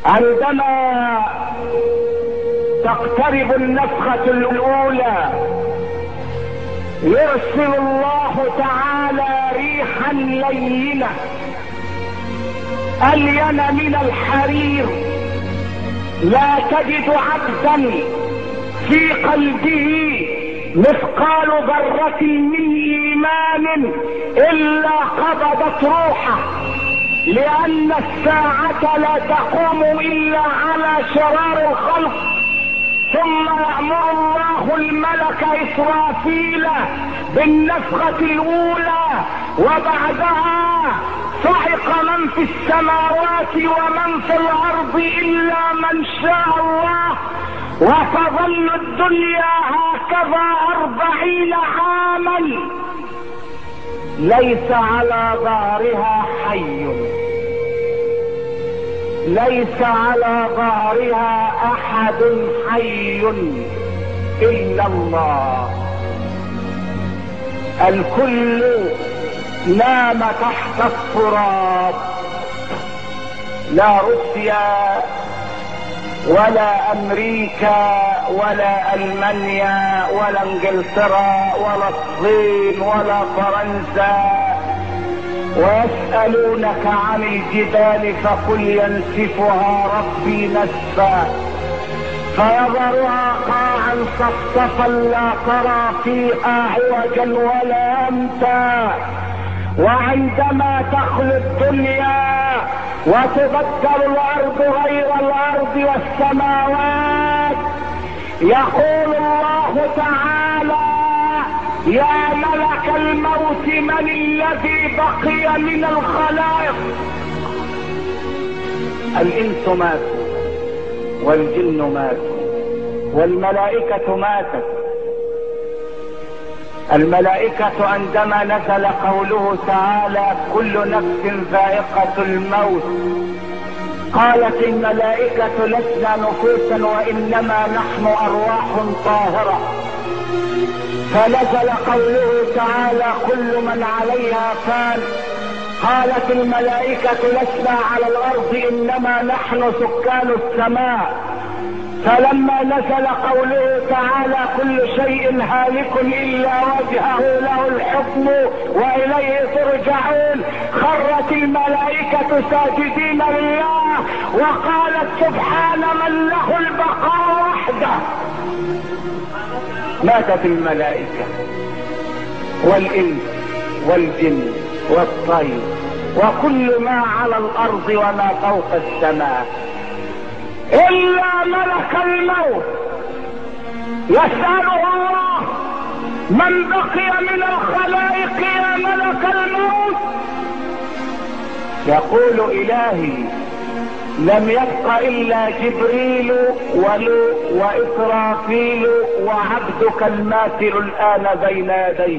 عندما تقترب النفخة الأولى يرسل الله تعالى ريحا لينة ألين من الحرير، لا تجد عبدا في قلبه مثقال ذرة من إيمان إلا قبضت روحه، لأن الساعة لا تقوم إلا على شرار الخلق. ثم يأمر الله الملك إسرافيل بالنفخة الأولى، وبعدها صعق من في السماوات ومن في الأرض إلا من شاء الله، وتظل الدنيا هكذا 40 عاما ليس على ظهرها حي، ليس على ظهرها احد حي الا الله. الكل نام تحت التراب، لا روسيا ولا امريكا ولا المانيا ولا انجلترا ولا الصين ولا فرنسا. ويسألونك عن الجبال فقل ينسفها ربي نسفا فيذرها قاعا صفصفا لا ترى فيها عوجا ولا امتا. وعندما تخلو الدنيا وتبدل الارض غير الارض والسماوات، يقول الله تعالى: يا ملك الموت من الذي بقي من الخلائق؟ الانس ماتوا والجن ماتوا والملائكة ماتت. الملائكة عندما نزل قوله تعالى: كل نفس ذائقة الموت، قالت الملائكة: لسنا نفوسا وإنما نحن أرواح طاهرة. فنزل قوله تعالى: كل من عليها فان، قالت الملائكة: لسنا على الأرض إنما نحن سكان السماء. فلما نزل قوله تعالى: كل شيء هالك إلا وجهه له الحكم وإليه ترجعون، خرت الملائكة ساجدين لله وقالت: سبحان من له البقاء وحده. ماتت الملائكة والإنس والجن والطير وكل ما على الأرض وما فوق السماء، إلا ملك الموت. يسأله الله: من بقي من الخلائق يا ملك الموت؟ يقول: إلهي لم يبق إلا جبريل وإسرافيل وعبدك الماثل الآن بين يديك.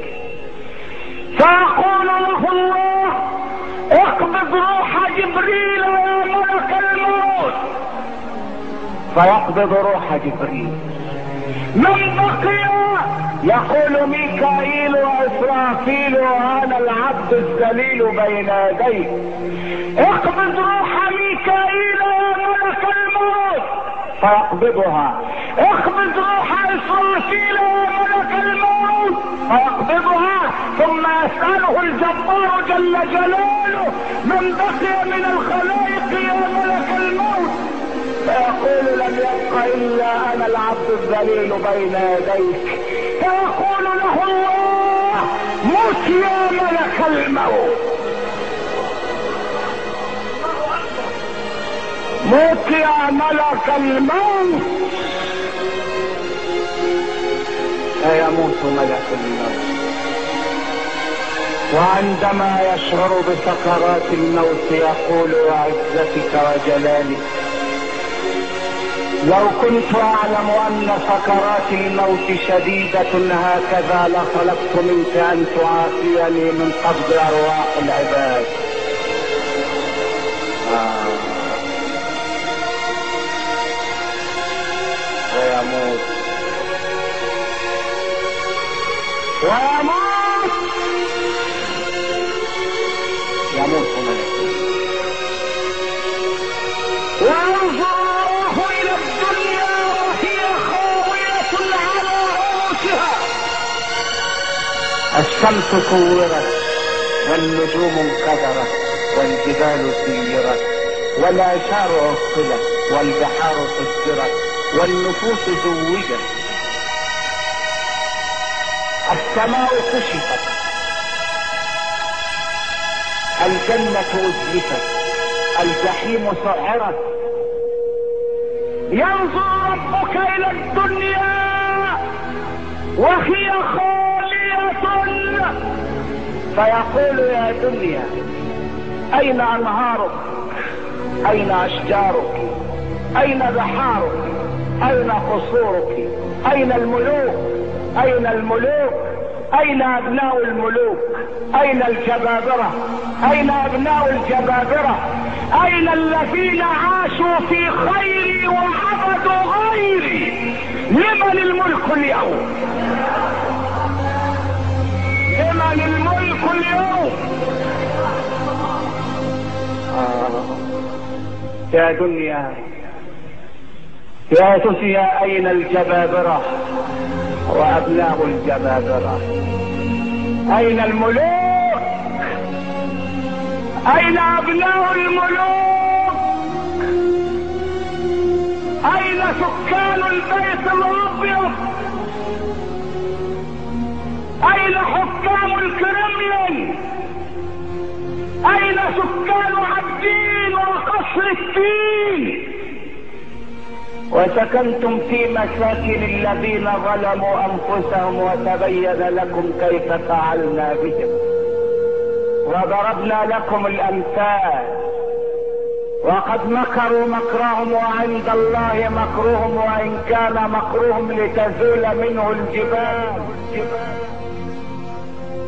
فيقول له الله: اقبض روح جبريل يا ملك الموت. فيقبض روح جبريل. من بقي؟ يقول: ميكائيل وإسرافيل وأنا العبد الذليل بين يديك. اقبض روح ميكائيل يا ملك الموت. فيقبضها. اقبض روح إسرافيل يا ملك الموت. فيقبضها. ثم يسأله الجبار جل جلاله: من بقي من الخلائق يا ملك الموت؟ فيقول: لم يبق إلا أنا العبد الذليل بين يديك. فيقول له الله: مت يا ملك الموت، مت يا ملك الموت. فيموت ملك الموت. وعندما يشعر بسكرات الموت يقول: وعزتك وجلالك لو كنت اعلم ان سكرات الموت شديدة هكذا لطلبت منك ان تعافيني من قبض ارواح العباد. ويموت ويموت يموت ملك الشمس كورت والنجوم انكدرت والجبال سيرت والعشار عطلت والبحار سجرت والنفوس زوجت، السماء كشفت، الجنة أزلفت، الجحيم سعرت. ينظر ربك إلى الدنيا وهي خالية فيقول يا دنيا أين أنهارك؟ أين أشجارك؟ أين بحارك؟ أين قصورك؟ أين الملوك؟ أين الملوك؟ أين أبناء الملوك؟ أين الجبابرة؟ أين أبناء الجبابرة؟ أين الذين عاشوا في خيري وعبدوا غيري؟ لمن الملك اليوم؟ لمن الملك اليوم؟ يا دنيا يا دنيا أين الجبابرة وأبناء الجبابرة؟ أين الملوك؟ أين أبناء الملوك؟ أين سكان البيت الأبيض؟ أين حكام الكرملين؟ أين سكان عابدين وقصر الدين؟ وسكنتم في مساكن الذين ظلموا أنفسهم وتبين لكم كيف فعلنا بهم وضربنا لكم الأمثال. وقد مكروا مكرهم وعند الله مكرهم وإن كان مكرهم لتزول منه الجبال.